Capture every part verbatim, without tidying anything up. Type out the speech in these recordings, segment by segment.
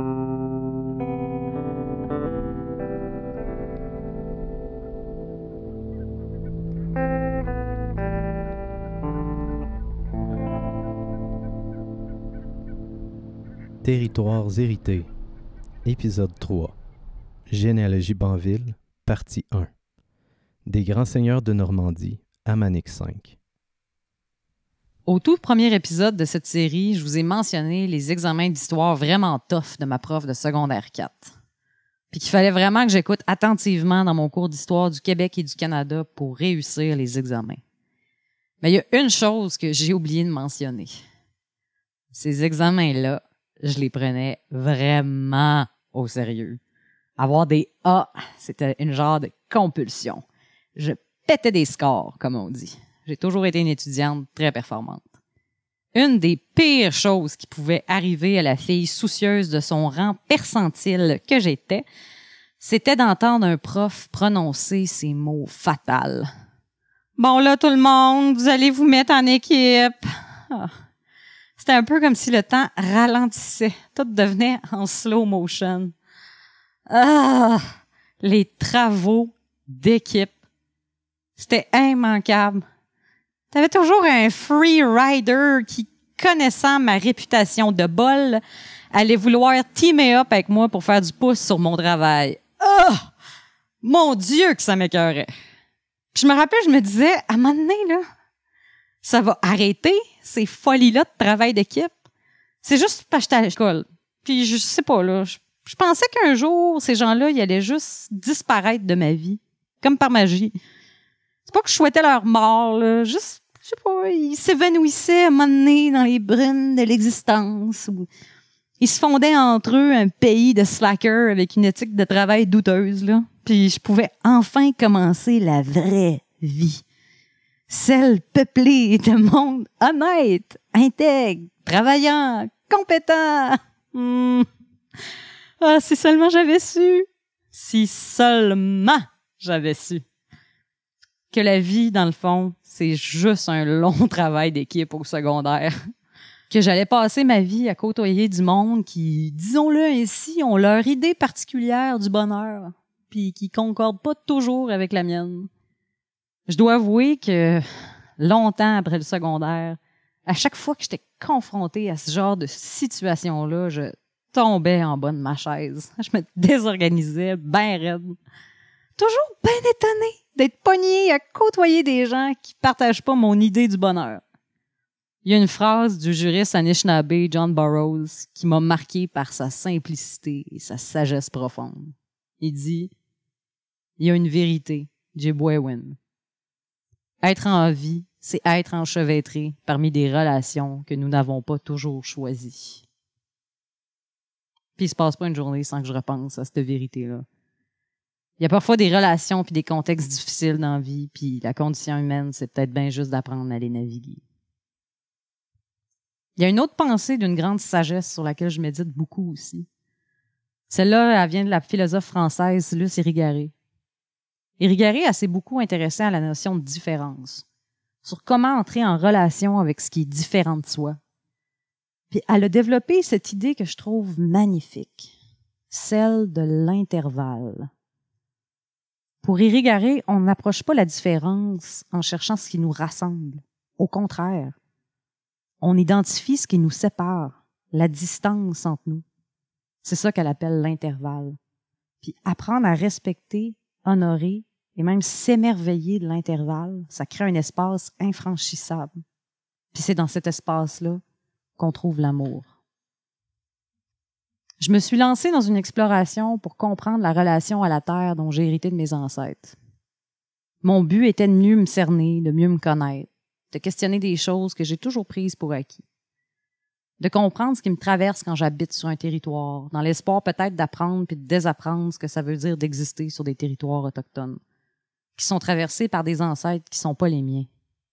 Territoires hérités, épisode trois. Généalogie Banville, partie un. Des grands seigneurs de Normandie à Manic cinq. Au tout premier épisode de cette série, je vous ai mentionné les examens d'histoire vraiment tough de ma prof de secondaire quatre. Puis qu'il fallait vraiment que j'écoute attentivement dans mon cours d'histoire du Québec et du Canada pour réussir les examens. Mais il y a une chose que j'ai oublié de mentionner. Ces examens-là, je les prenais vraiment au sérieux. Avoir des A, c'était une genre de compulsion. Je pétais des scores, comme on dit. J'ai toujours été une étudiante très performante. Une des pires choses qui pouvait arriver à la fille soucieuse de son rang percentile que j'étais, c'était d'entendre un prof prononcer ces mots fatals. « Bon là, tout le monde, vous allez vous mettre en équipe. Ah. » C'était un peu comme si le temps ralentissait. Tout devenait en slow motion. Ah! Les travaux d'équipe. C'était immanquable. T'avais toujours un free rider qui, connaissant ma réputation de bol, allait vouloir teamer up avec moi pour faire du pouce sur mon travail. Ah! Mon Dieu que ça m'écœurait. Puis je me rappelle, je me disais, à un moment donné, là, ça va arrêter ces folies-là de travail d'équipe. C'est juste parce que j'étais à l'école. Puis je sais pas, là, je, je pensais qu'un jour, ces gens-là, ils allaient juste disparaître de ma vie. Comme par magie. C'est pas que je souhaitais leur mort, là. Juste, je sais pas, ils s'évanouissaient à un moment donné dans les brunes de l'existence. Ou ils se fondaient entre eux un pays de slackers avec une éthique de travail douteuse, là. Puis je pouvais enfin commencer la vraie vie. Celle peuplée de monde honnête, intègre, travaillant, compétent. Mmh. Ah, si seulement j'avais su. Si seulement j'avais su. Que la vie, dans le fond, c'est juste un long travail d'équipe au secondaire. Que j'allais passer ma vie à côtoyer du monde qui, disons-le ainsi, ont leur idée particulière du bonheur, puis qui concorde pas toujours avec la mienne. Je dois avouer que longtemps après le secondaire, à chaque fois que j'étais confrontée à ce genre de situation-là, je tombais en bas de ma chaise. Je me désorganisais ben raide. Toujours ben étonnée d'être pognée à côtoyer des gens qui partagent pas mon idée du bonheur. Il y a une phrase du juriste Anishinaabe John Burroughs qui m'a marqué par sa simplicité et sa sagesse profonde. Il dit « Il y a une vérité, Jibwewin. Être en vie, c'est être enchevêtré parmi des relations que nous n'avons pas toujours choisies. » Puis il se passe pas une journée sans que je repense à cette vérité-là. Il y a parfois des relations puis des contextes difficiles dans la vie, puis la condition humaine, c'est peut-être bien juste d'apprendre à les naviguer. Il y a une autre pensée d'une grande sagesse sur laquelle je médite beaucoup aussi. Celle-là, elle vient de la philosophe française Luce Irigaray. Irigaray, elle s'est beaucoup intéressée à la notion de différence, sur comment entrer en relation avec ce qui est différent de soi. Puis elle a développé cette idée que je trouve magnifique, celle de l'intervalle. Pour Irigaray, on n'approche pas la différence en cherchant ce qui nous rassemble. Au contraire, on identifie ce qui nous sépare, la distance entre nous. C'est ça qu'elle appelle l'intervalle. Puis apprendre à respecter, honorer et même s'émerveiller de l'intervalle, ça crée un espace infranchissable. Puis c'est dans cet espace-là qu'on trouve l'amour. Je me suis lancée dans une exploration pour comprendre la relation à la terre dont j'ai hérité de mes ancêtres. Mon but était de mieux me cerner, de mieux me connaître, de questionner des choses que j'ai toujours prises pour acquis. De comprendre ce qui me traverse quand j'habite sur un territoire, dans l'espoir peut-être d'apprendre puis de désapprendre ce que ça veut dire d'exister sur des territoires autochtones, qui sont traversés par des ancêtres qui sont pas les miens.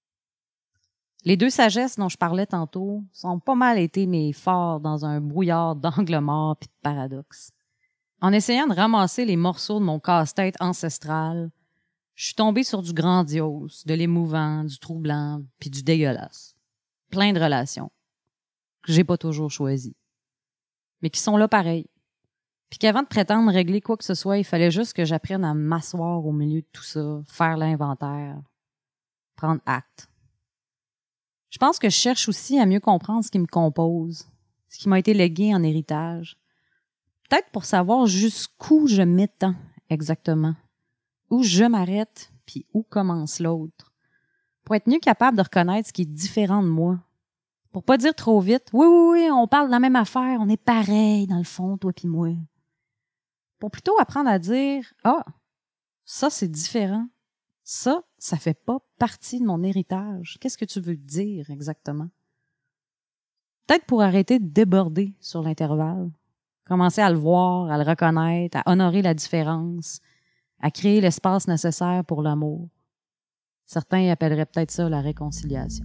Les deux sagesses dont je parlais tantôt sont pas mal été mes phares dans un brouillard d'angles morts puis de paradoxes. En essayant de ramasser les morceaux de mon casse-tête ancestral, je suis tombée sur du grandiose, de l'émouvant, du troublant puis du dégueulasse. Plein de relations que j'ai pas toujours choisies, mais qui sont là pareil, Puis qu'avant de prétendre régler quoi que ce soit, il fallait juste que j'apprenne à m'asseoir au milieu de tout ça, faire l'inventaire, prendre acte. Je pense que je cherche aussi à mieux comprendre ce qui me compose, ce qui m'a été légué en héritage. Peut-être pour savoir jusqu'où je m'étends exactement, où je m'arrête, puis où commence l'autre. Pour être mieux capable de reconnaître ce qui est différent de moi. Pour pas dire trop vite, oui, oui, oui, on parle de la même affaire, on est pareil dans le fond, toi puis moi. Pour plutôt apprendre à dire, ah, ça c'est différent. Ça, ça fait pas partie de mon héritage. Qu'est-ce que tu veux dire exactement? Peut-être pour arrêter de déborder sur l'intervalle. Commencer à le voir, à le reconnaître, à honorer la différence, à créer l'espace nécessaire pour l'amour. Certains appelleraient peut-être ça la réconciliation.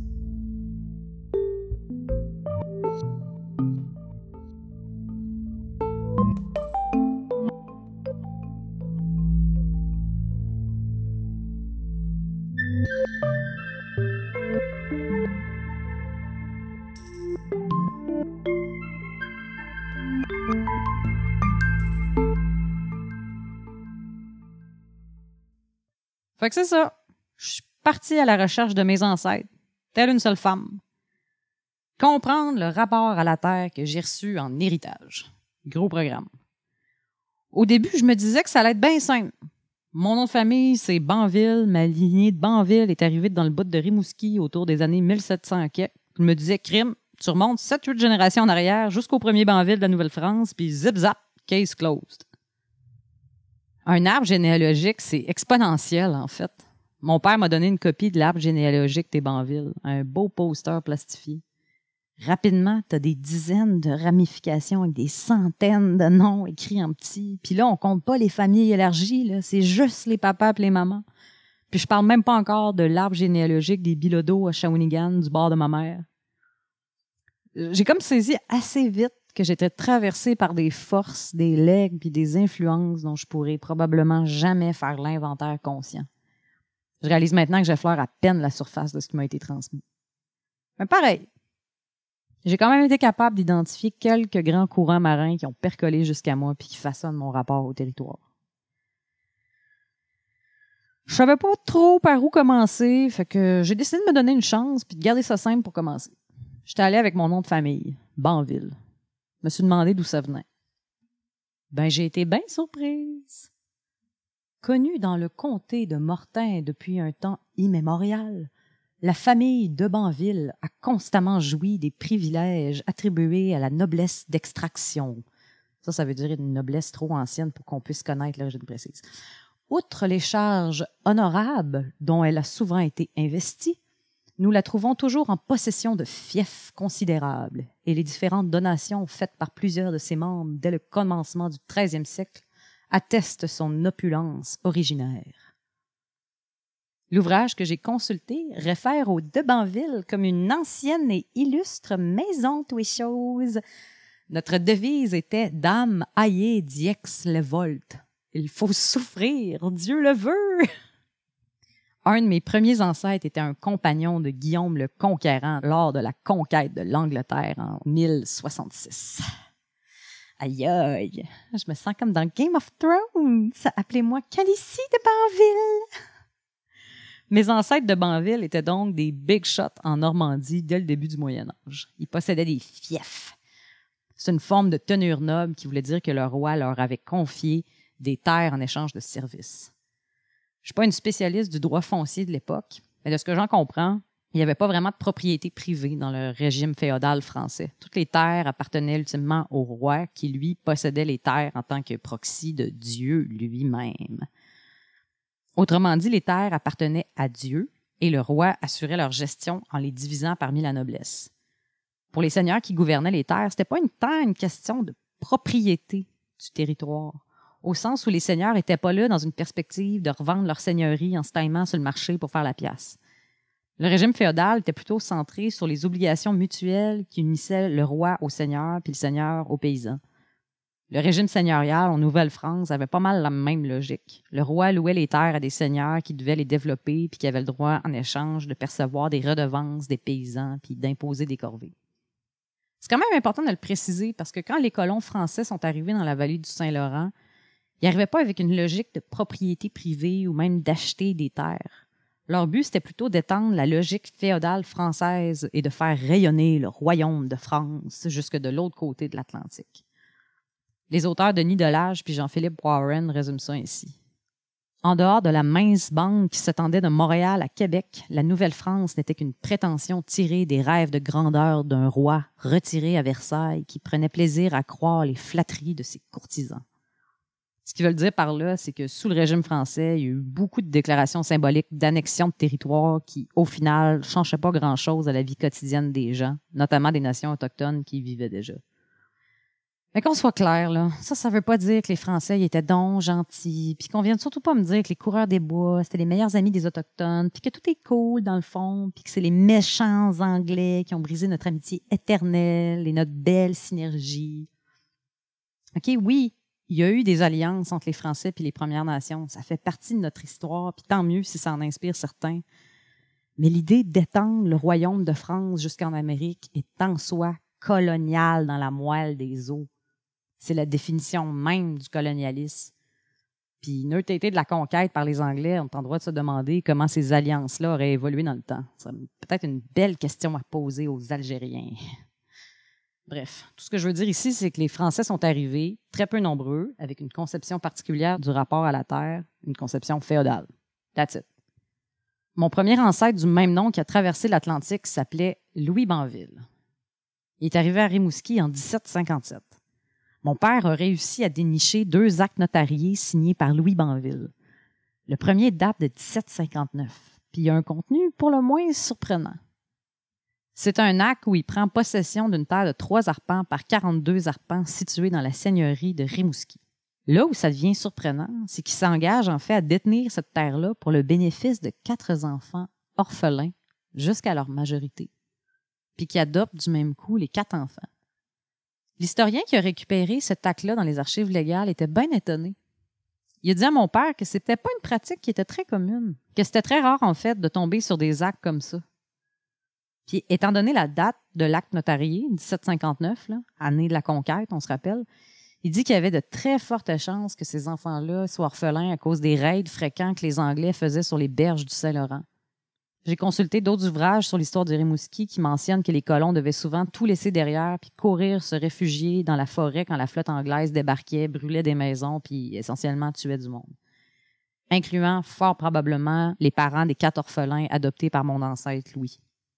Fait que c'est ça. Je suis partie à la recherche de mes ancêtres, telle une seule femme. Comprendre le rapport à la terre que j'ai reçu en héritage. Gros programme. Au début, je me disais que ça allait être bien simple. Mon nom de famille, c'est Banville. Ma lignée de Banville est arrivée dans le bout de Rimouski autour des années mille sept cents. Je me disais, crime, tu remontes sept huit générations en arrière jusqu'au premier Banville de la Nouvelle-France, puis zip-zap, case closed. Un arbre généalogique, c'est exponentiel, en fait. Mon père m'a donné une copie de l'arbre généalogique des Banville, un beau poster plastifié. Rapidement, t'as des dizaines de ramifications avec des centaines de noms écrits en petit. Puis là, on compte pas les familles élargies, là. C'est juste les papas et les mamans. Puis je parle même pas encore de l'arbre généalogique des Bilodeau à Shawinigan, du bord de ma mère. J'ai comme saisi assez vite que j'étais traversée par des forces, des legs puis des influences dont je pourrais probablement jamais faire l'inventaire conscient. Je réalise maintenant que j'effleure à peine la surface de ce qui m'a été transmis. Mais pareil, j'ai quand même été capable d'identifier quelques grands courants marins qui ont percolé jusqu'à moi puis qui façonnent mon rapport au territoire. Je savais pas trop par où commencer, fait que j'ai décidé de me donner une chance puis de garder ça simple pour commencer. J'étais allée avec mon nom de famille, Banville. Je me suis demandé d'où ça venait. Ben, j'ai été bien surprise. Connue dans le comté de Mortain depuis un temps immémorial, la famille de Banville a constamment joui des privilèges attribués à la noblesse d'extraction. Ça, ça veut dire une noblesse trop ancienne pour qu'on puisse connaître l'origine précise. Outre les charges honorables dont elle a souvent été investie, nous la trouvons toujours en possession de fiefs considérables et les différentes donations faites par plusieurs de ses membres dès le commencement du treizième siècle attestent son opulence originaire. L'ouvrage que j'ai consulté réfère au de Banville comme une ancienne et illustre maison touéchose. Notre devise était « Dame aillez diex le volte ». Il faut souffrir, Dieu le veut. Un de mes premiers ancêtres était un compagnon de Guillaume le Conquérant lors de la conquête de l'Angleterre en mille soixante-six. Aïe aïe, je me sens comme dans Game of Thrones. Appelez-moi Khaleesi de Banville. Mes ancêtres de Banville étaient donc des big shots en Normandie dès le début du Moyen Âge. Ils possédaient des fiefs. C'est une forme de tenure noble qui voulait dire que le roi leur avait confié des terres en échange de services. Je suis pas une spécialiste du droit foncier de l'époque, mais de ce que j'en comprends, il n'y avait pas vraiment de propriété privée dans le régime féodal français. Toutes les terres appartenaient ultimement au roi qui, lui, possédait les terres en tant que proxy de Dieu lui-même. Autrement dit, les terres appartenaient à Dieu et le roi assurait leur gestion en les divisant parmi la noblesse. Pour les seigneurs qui gouvernaient les terres, c'était pas une tant une question de propriété du territoire, au sens où les seigneurs n'étaient pas là dans une perspective de revendre leur seigneurie en se taillement sur le marché pour faire la pièce. Le régime féodal était plutôt centré sur les obligations mutuelles qui unissaient le roi au seigneur puis le seigneur aux paysans. Le régime seigneurial en Nouvelle-France avait pas mal la même logique. Le roi louait les terres à des seigneurs qui devaient les développer puis qui avaient le droit en échange de percevoir des redevances des paysans puis d'imposer des corvées. C'est quand même important de le préciser parce que quand les colons français sont arrivés dans la vallée du Saint-Laurent, ils n'arrivaient pas avec une logique de propriété privée ou même d'acheter des terres. Leur but, c'était plutôt d'étendre la logique féodale française et de faire rayonner le royaume de France jusque de l'autre côté de l'Atlantique. Les auteurs Denis Delage puis Jean-Philippe Warren résument ça ainsi. En dehors de la mince bande qui s'étendait de Montréal à Québec, la Nouvelle-France n'était qu'une prétention tirée des rêves de grandeur d'un roi retiré à Versailles qui prenait plaisir à croire les flatteries de ses courtisans. Ce qu'ils veulent dire par là, c'est que sous le régime français, il y a eu beaucoup de déclarations symboliques d'annexion de territoire qui, au final, ne changeaient pas grand-chose à la vie quotidienne des gens, notamment des nations autochtones qui y vivaient déjà. Mais qu'on soit clair, là, ça, ça veut pas dire que les Français ils étaient dons, gentils, puis qu'on vienne surtout pas me dire que les coureurs des bois, c'était les meilleurs amis des Autochtones, puis que tout est cool dans le fond, puis que c'est les méchants Anglais qui ont brisé notre amitié éternelle et notre belle synergie. OK, oui, il y a eu des alliances entre les Français puis les Premières Nations. Ça fait partie de notre histoire, puis tant mieux si ça en inspire certains. Mais l'idée d'étendre le royaume de France jusqu'en Amérique est en soi coloniale dans la moelle des os. C'est la définition même du colonialisme. Puis, neutralité de la conquête par les Anglais, on est en droit de se demander comment ces alliances-là auraient évolué dans le temps. C'est peut-être une belle question à poser aux Algériens. Bref, tout ce que je veux dire ici, c'est que les Français sont arrivés, très peu nombreux, avec une conception particulière du rapport à la terre, une conception féodale. That's it. Mon premier ancêtre du même nom qui a traversé l'Atlantique s'appelait Louis Banville. Il est arrivé à Rimouski en dix-sept cinquante-sept. Mon père a réussi à dénicher deux actes notariés signés par Louis Banville. Le premier date de dix-sept cinquante-neuf, puis il y a un contenu pour le moins surprenant. C'est un acte où il prend possession d'une terre de trois arpents par quarante-deux arpents située dans la seigneurie de Rimouski. Là où ça devient surprenant, c'est qu'il s'engage en fait à détenir cette terre-là pour le bénéfice de quatre enfants orphelins jusqu'à leur majorité, puis qui adopte du même coup les quatre enfants. L'historien qui a récupéré cet acte-là dans les archives légales était bien étonné. Il a dit à mon père que c'était pas une pratique qui était très commune, que c'était très rare en fait de tomber sur des actes comme ça. Puis étant donné la date de l'acte notarié, dix-sept cinquante-neuf, là, année de la conquête, on se rappelle, il dit qu'il y avait de très fortes chances que ces enfants-là soient orphelins à cause des raids fréquents que les Anglais faisaient sur les berges du Saint-Laurent. J'ai consulté d'autres ouvrages sur l'histoire du Rimouski qui mentionnent que les colons devaient souvent tout laisser derrière puis courir se réfugier dans la forêt quand la flotte anglaise débarquait, brûlait des maisons puis essentiellement tuait du monde, incluant fort probablement les parents des quatre orphelins adoptés par mon ancêtre Louis.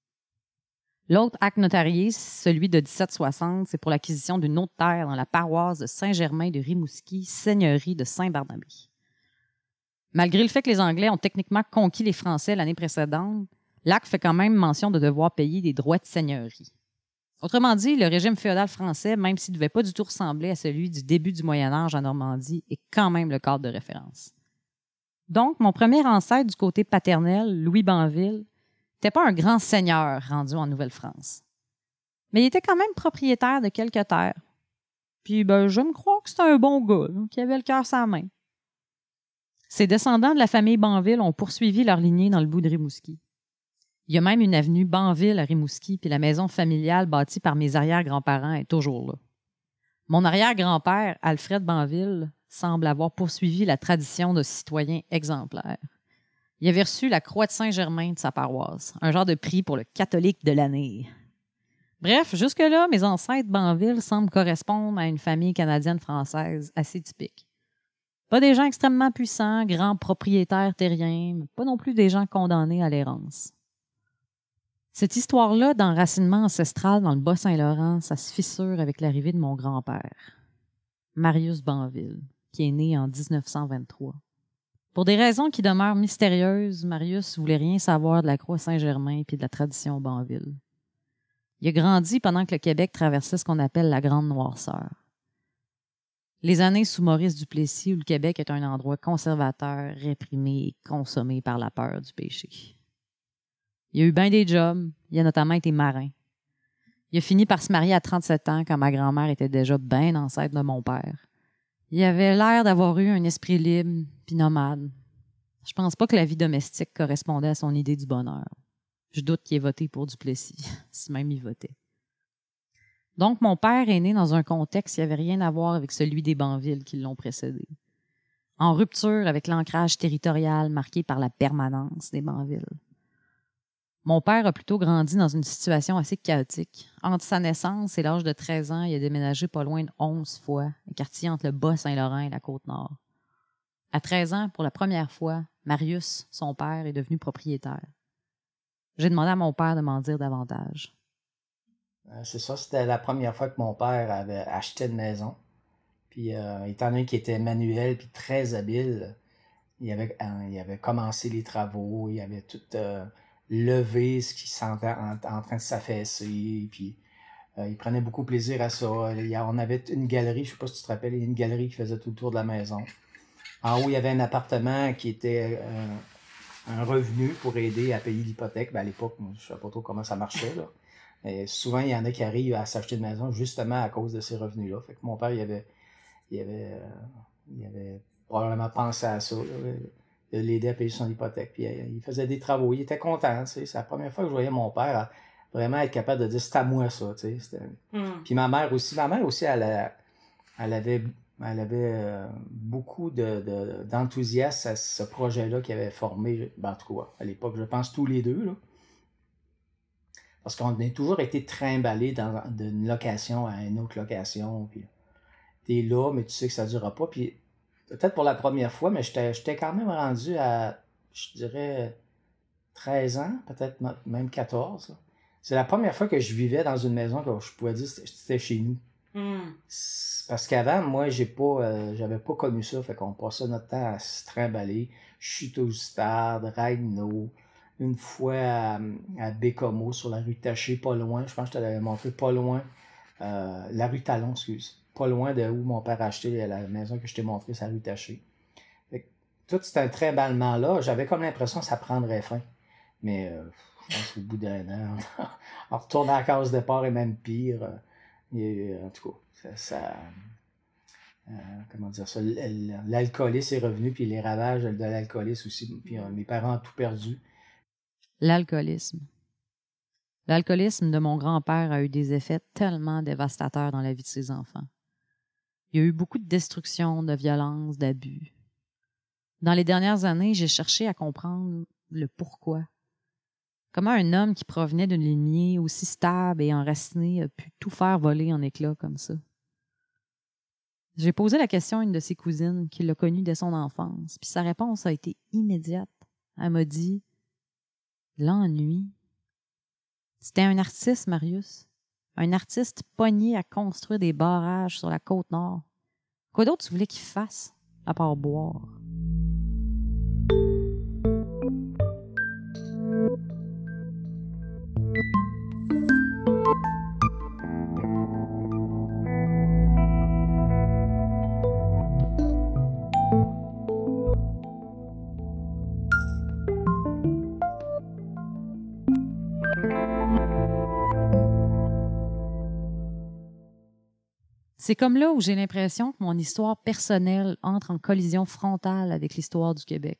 L'autre acte notarié, celui de dix-sept soixante, c'est pour l'acquisition d'une autre terre dans la paroisse de Saint-Germain de Rimouski, seigneurie de Saint-Barnabé. Malgré le fait que les Anglais ont techniquement conquis les Français l'année précédente, l'acte fait quand même mention de devoir payer des droits de seigneurie. Autrement dit, le régime féodal français, même s'il ne devait pas du tout ressembler à celui du début du Moyen Âge en Normandie, est quand même le cadre de référence. Donc, mon premier ancêtre du côté paternel, Louis Banville, n'était pas un grand seigneur rendu en Nouvelle-France. Mais il était quand même propriétaire de quelques terres. Puis, ben, je me crois que c'était un bon gars, là, qui avait le cœur sur la main. Ses descendants de la famille Banville ont poursuivi leur lignée dans le bout de Rimouski. Il y a même une avenue Banville à Rimouski, puis la maison familiale bâtie par mes arrière-grands-parents est toujours là. Mon arrière-grand-père, Alfred Banville, semble avoir poursuivi la tradition de citoyen exemplaire. Il avait reçu la Croix de Saint-Germain de sa paroisse, un genre de prix pour le catholique de l'année. Bref, jusque-là, mes ancêtres Banville semblent correspondre à une famille canadienne-française assez typique. Pas des gens extrêmement puissants, grands propriétaires terriens, mais pas non plus des gens condamnés à l'errance. Cette histoire-là d'enracinement ancestral dans le Bas-Saint-Laurent, ça se fissure avec l'arrivée de mon grand-père, Marius Banville, qui est né en dix-neuf cent vingt-trois. Pour des raisons qui demeurent mystérieuses, Marius voulait rien savoir de la Croix Saint-Germain puis de la tradition Banville. Il a grandi pendant que le Québec traversait ce qu'on appelle la Grande Noirceur. Les années sous Maurice Duplessis où le Québec est un endroit conservateur, réprimé et consommé par la peur du péché. Il a eu bien des jobs, il a notamment été marin. Il a fini par se marier à trente-sept ans quand ma grand-mère était déjà bien ancêtre de mon père. Il avait l'air d'avoir eu un esprit libre puis nomade. Je pense pas que la vie domestique correspondait à son idée du bonheur. Je doute qu'il ait voté pour Duplessis, si même il votait. Donc, mon père est né dans un contexte qui n'avait rien à voir avec celui des Banville qui l'ont précédé. En rupture avec l'ancrage territorial marqué par la permanence des Banville. Mon père a plutôt grandi dans une situation assez chaotique. Entre sa naissance et l'âge de treize ans, il a déménagé pas loin de onze fois, un quartier entre le Bas-Saint-Laurent et la Côte-Nord. À treize ans, pour la première fois, Marius, son père, est devenu propriétaire. J'ai demandé à mon père de m'en dire davantage. Euh, c'est ça, c'était la première fois que mon père avait acheté une maison. Puis, euh, étant donné qu'il était manuel puis très habile, il avait, euh, il avait commencé les travaux, il avait tout euh, levé ce qui sentait en, en train de s'affaisser. Puis, euh, il prenait beaucoup plaisir à ça. Il y a, on avait une galerie, je sais pas si tu te rappelles, il y a une galerie qui faisait tout le tour de la maison. En haut, il y avait un appartement qui était euh, un revenu pour aider à payer l'hypothèque. Ben, à l'époque, je ne sais pas trop comment ça marchait, là. Et souvent, il y en a qui arrivent à s'acheter une maison justement à cause de ces revenus-là. Fait que mon père, il avait, il avait, euh, il avait probablement pensé à ça, là, de l'aider à payer son hypothèque. Puis euh, il faisait des travaux. Il était content. Tu sais. C'est la première fois que je voyais mon père vraiment être capable de dire c'est à moi ça. Tu sais. Mm. Puis ma mère aussi. Ma mère aussi, elle, a, elle avait, elle avait euh, beaucoup de, de, d'enthousiasme à ce projet-là qu'il avait formé. Ben, en tout cas, à l'époque, je pense tous les deux, là. Parce qu'on a toujours été trimballés d'une location à une autre location. Puis t'es là, mais tu sais que ça ne durera pas. Puis peut-être pour la première fois, mais j'étais quand même rendu à, je dirais, treize ans, peut-être même quatorze. C'est la première fois que je vivais dans une maison que je pouvais dire que c'était chez nous. Mm. Parce qu'avant, moi, j'ai pas, euh, j'avais pas connu ça. Fait qu'on passait notre temps à se trimballer. Chute au stade, Rhino. Une fois à, à Bécomo, sur la rue Taché, pas loin. Je pense que je t'avais montré pas loin. Euh, la rue Talon, excuse. Pas loin de où mon père a acheté la maison que je t'ai montré, c'est la rue Taché. Fait que, tout cet trimballement-là, j'avais comme l'impression que ça prendrait fin. Mais euh, je pense qu'au bout d'un an, on retourne à la case de départ et même pire. Et, en tout cas, ça... ça euh, comment dire ça? L'alcoolisme est revenu, puis les ravages de l'alcoolisme aussi. Puis euh, mes parents ont tout perdu. L'alcoolisme. L'alcoolisme de mon grand-père a eu des effets tellement dévastateurs dans la vie de ses enfants. Il y a eu beaucoup de destruction, de violence, d'abus. Dans les dernières années, j'ai cherché à comprendre le pourquoi. Comment un homme qui provenait d'une lignée aussi stable et enracinée a pu tout faire voler en éclats comme ça. J'ai posé la question à une de ses cousines qui l'a connue dès son enfance, puis sa réponse a été immédiate. Elle m'a dit « L'ennui. » C'était un artiste, Marius. Un artiste pogné à construire des barrages sur la Côte-Nord. Quoi d'autre tu voulais qu'il fasse, à part boire? C'est comme là où j'ai l'impression que mon histoire personnelle entre en collision frontale avec l'histoire du Québec.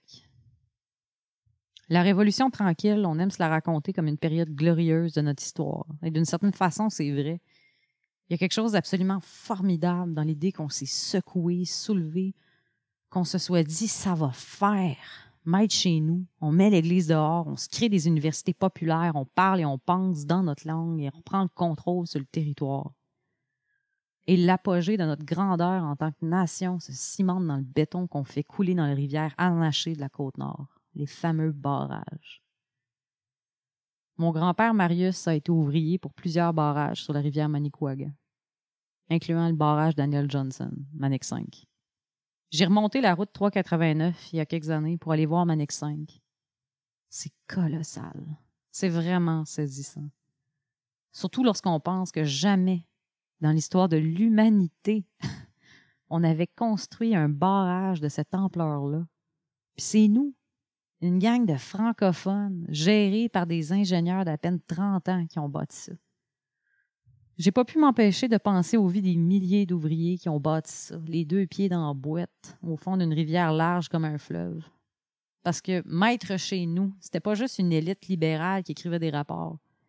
La Révolution tranquille, on aime se la raconter comme une période glorieuse de notre histoire. Et d'une certaine façon, c'est vrai. Il y a quelque chose d'absolument formidable dans l'idée qu'on s'est secoué, soulevé, qu'on se soit dit « ça va faire ». Maître chez nous, on met l'église dehors, on se crée des universités populaires, on parle et on pense dans notre langue et on prend le contrôle sur le territoire. Et l'apogée de notre grandeur en tant que nation se cimente dans le béton qu'on fait couler dans les rivières harnachées de la Côte-Nord, les fameux barrages. Mon grand-père Marius a été ouvrier pour plusieurs barrages sur la rivière Manicouagan, incluant le barrage Daniel Johnson, Manic cinq. J'ai remonté la route trois cent quatre-vingt-neuf il y a quelques années pour aller voir Manic cinq. C'est colossal. C'est vraiment saisissant. Surtout lorsqu'on pense que jamais dans l'histoire de l'humanité, on avait construit un barrage de cette ampleur-là. Puis c'est nous, une gang de francophones, gérés par des ingénieurs d'à peine trente ans qui ont bâti ça. J'ai pas pu m'empêcher de penser aux vies des milliers d'ouvriers qui ont bâti ça, les deux pieds dans la boîte, au fond d'une rivière large comme un fleuve. Parce que maître chez nous, c'était pas juste une élite libérale qui écrivait des rapports.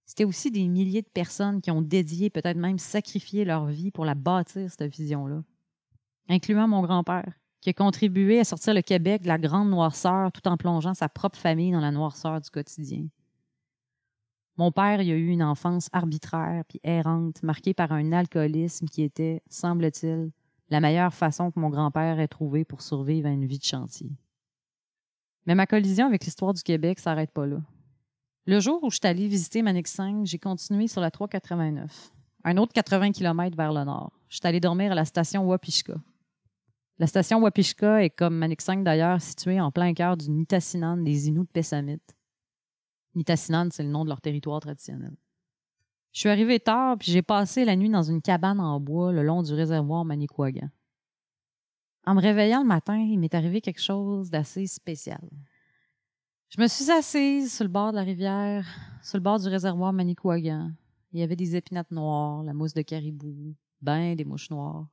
C'était aussi des milliers de personnes qui ont dédié, peut-être même sacrifié leur vie pour la bâtir, cette vision-là. Incluant mon grand-père, qui a contribué à sortir le Québec de la grande noirceur tout en plongeant sa propre famille dans la noirceur du quotidien. Mon père, il a eu une enfance arbitraire puis errante, marquée par un alcoolisme qui était, semble-t-il, la meilleure façon que mon grand-père ait trouvé pour survivre à une vie de chantier. Mais ma collision avec l'histoire du Québec s'arrête pas là. Le jour où je suis allée visiter Manic-Cinq, j'ai continué sur la trois cent quatre-vingt-neuf, un autre quatre-vingts kilomètres vers le nord. Je suis allée dormir à la station Wapishka. La station Wapishka est, comme Manic-Cinq d'ailleurs, située en plein cœur du Nitassinan des Inuits de Pessamit. Nitassinan, c'est le nom de leur territoire traditionnel. Je suis arrivée tard, puis j'ai passé la nuit dans une cabane en bois le long du réservoir Manicouagan. En me réveillant le matin, il m'est arrivé quelque chose d'assez spécial. Je me suis assise sur le bord de la rivière, sur le bord du réservoir Manicouagan. Il y avait des épinettes noires, la mousse de caribou, ben des mouches noires.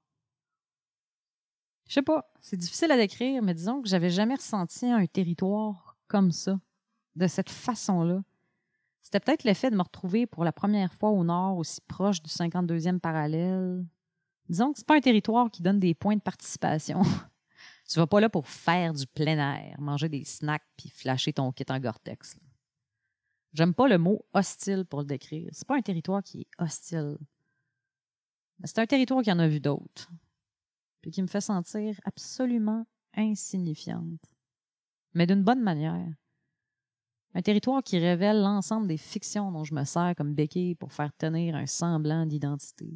Je sais pas, c'est difficile à décrire, mais disons que j'avais jamais ressenti un territoire comme ça, de cette façon-là. C'était peut-être l'effet de me retrouver pour la première fois au nord, aussi proche du cinquante-deuxième parallèle. Disons que c'est pas un territoire qui donne des points de participation. Tu vas pas là pour faire du plein air, manger des snacks puis flasher ton kit en Gore-Tex. J'aime pas le mot hostile pour le décrire. C'est pas un territoire qui est hostile. C'est un territoire qui en a vu d'autres. Puis qui me fait sentir absolument insignifiante. Mais d'une bonne manière. Un territoire qui révèle l'ensemble des fictions dont je me sers comme béquille pour faire tenir un semblant d'identité.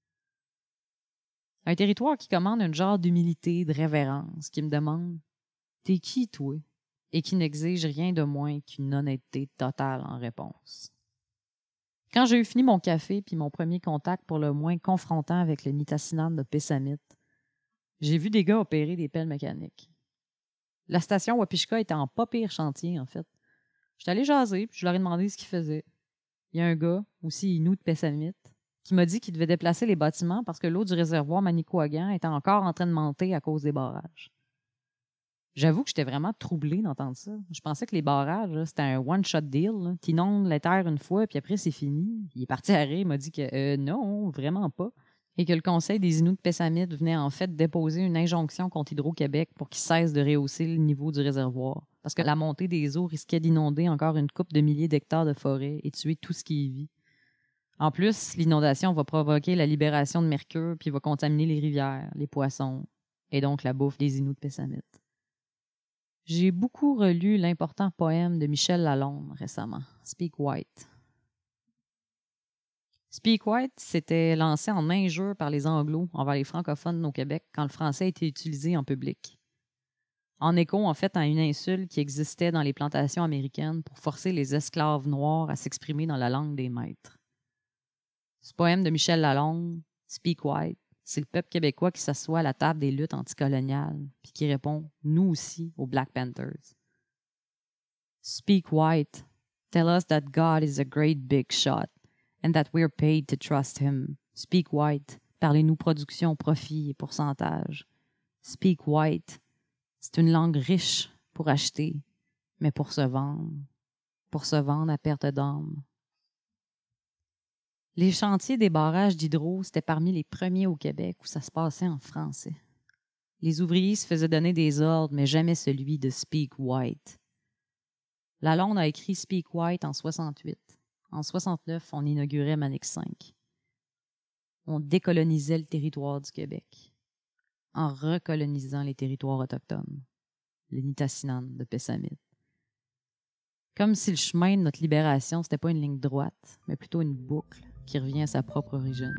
Un territoire qui commande un genre d'humilité, de révérence, qui me demande « T'es qui, toi? » et qui n'exige rien de moins qu'une honnêteté totale en réponse. Quand j'ai eu fini mon café puis mon premier contact pour le moins confrontant avec le Nitassinan de Pessamit, j'ai vu des gars opérer des pelles mécaniques. La station Wapishka était en pas pire chantier, en fait. J'étais allé jaser puis je leur ai demandé ce qu'ils faisaient. Il y a un gars, aussi Inuit de Pessamit, qui m'a dit qu'il devait déplacer les bâtiments parce que l'eau du réservoir Manicouagan était encore en train de monter à cause des barrages. J'avoue que j'étais vraiment troublée d'entendre ça. Je pensais que les barrages, là, c'était un one-shot deal. Tu inondes les terres une fois, puis après, c'est fini. Il est parti à rire, il m'a dit que euh, non, vraiment pas. Et que le Conseil des Inuits de Pessamit venait en fait déposer une injonction contre Hydro-Québec pour qu'il cesse de rehausser le niveau du réservoir. Parce que la montée des eaux risquait d'inonder encore une couple de milliers d'hectares de forêt et tuer tout ce qui y vit. En plus, l'inondation va provoquer la libération de mercure puis va contaminer les rivières, les poissons et donc la bouffe des Inuits de Pessamit. J'ai beaucoup relu l'important poème de Michel Lalonde récemment, Speak White. Speak White s'était lancé en injure par les Anglos envers les francophones au Québec quand le français était utilisé en public. En écho, en fait, à une insulte qui existait dans les plantations américaines pour forcer les esclaves noirs à s'exprimer dans la langue des maîtres. Ce poème de Michel Lalonde, Speak White, c'est le peuple québécois qui s'assoit à la table des luttes anticoloniales puis qui répond, nous aussi, aux Black Panthers. Speak White, tell us that God is a great big shot and that we're paid to trust him. Speak White, parlez-nous production, profit et pourcentage. Speak White, c'est une langue riche pour acheter, mais pour se vendre, pour se vendre à perte d'âme. Les chantiers des barrages d'hydro, c'était parmi les premiers au Québec où ça se passait en français. Les ouvriers se faisaient donner des ordres, mais jamais celui de Speak White. Lalonde a écrit Speak White en soixante-huit. En soixante-neuf, on inaugurait Manic-Cinq. On décolonisait le territoire du Québec en recolonisant les territoires autochtones, les Nitassinan de Pessamit. Comme si le chemin de notre libération, c'était pas une ligne droite, mais plutôt une boucle qui revient à sa propre origine.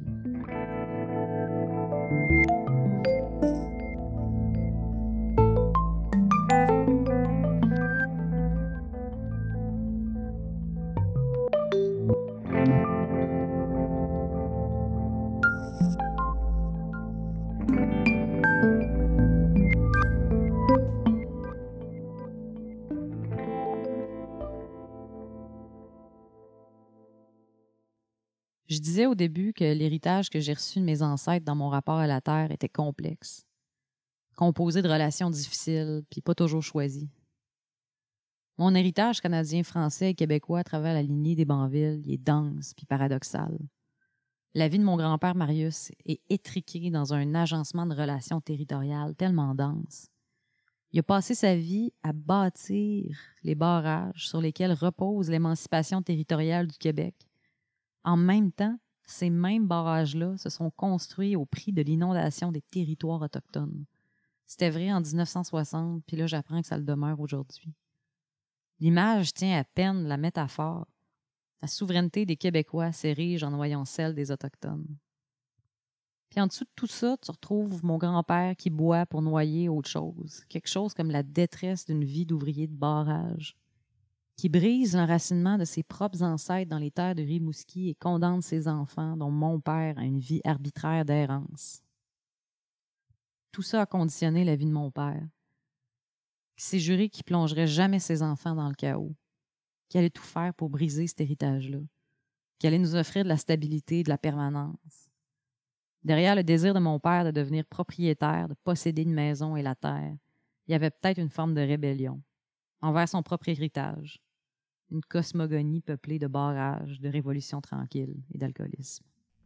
Je disais au début que l'héritage que j'ai reçu de mes ancêtres dans mon rapport à la Terre était complexe, composé de relations difficiles puis pas toujours choisies. Mon héritage canadien-français et québécois à travers la lignée des Banville, il est dense puis paradoxal. La vie de mon grand-père Marius est étriquée dans un agencement de relations territoriales tellement dense. Il a passé sa vie à bâtir les barrages sur lesquels repose l'émancipation territoriale du Québec. En même temps, ces mêmes barrages-là se sont construits au prix de l'inondation des territoires autochtones. C'était vrai en dix-neuf cent soixante, puis là, j'apprends que ça le demeure aujourd'hui. L'image tient à peine la métaphore. La souveraineté des Québécois s'érige en noyant celle des Autochtones. Puis en dessous de tout ça, tu retrouves mon grand-père qui boit pour noyer autre chose, quelque chose comme la détresse d'une vie d'ouvrier de barrage, qui brise l'enracinement de ses propres ancêtres dans les terres de Rimouski et condamne ses enfants, dont mon père, à une vie arbitraire d'errance. Tout ça a conditionné la vie de mon père, qui s'est juré qu'il plongerait jamais ses enfants dans le chaos, qu'il allait tout faire pour briser cet héritage-là, qu'il allait nous offrir de la stabilité et de la permanence. Derrière le désir de mon père de devenir propriétaire, de posséder une maison et la terre, il y avait peut-être une forme de rébellion envers son propre héritage, une cosmogonie peuplée de barrages, de révolutions tranquilles et d'alcoolisme.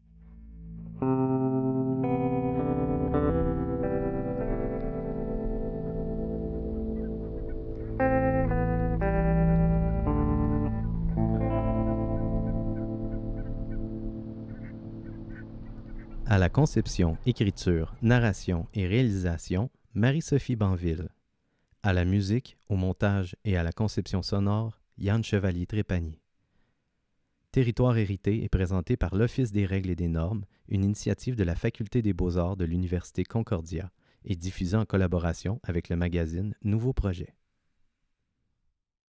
À la conception, écriture, narration et réalisation, Marie-Sophie Banville. À la musique, au montage et à la conception sonore, Yann Chevalier-Trépanier. Territoire hérité est présenté par l'Office des règles et des normes, une initiative de la Faculté des beaux-arts de l'Université Concordia et diffusée en collaboration avec le magazine Nouveau Projet.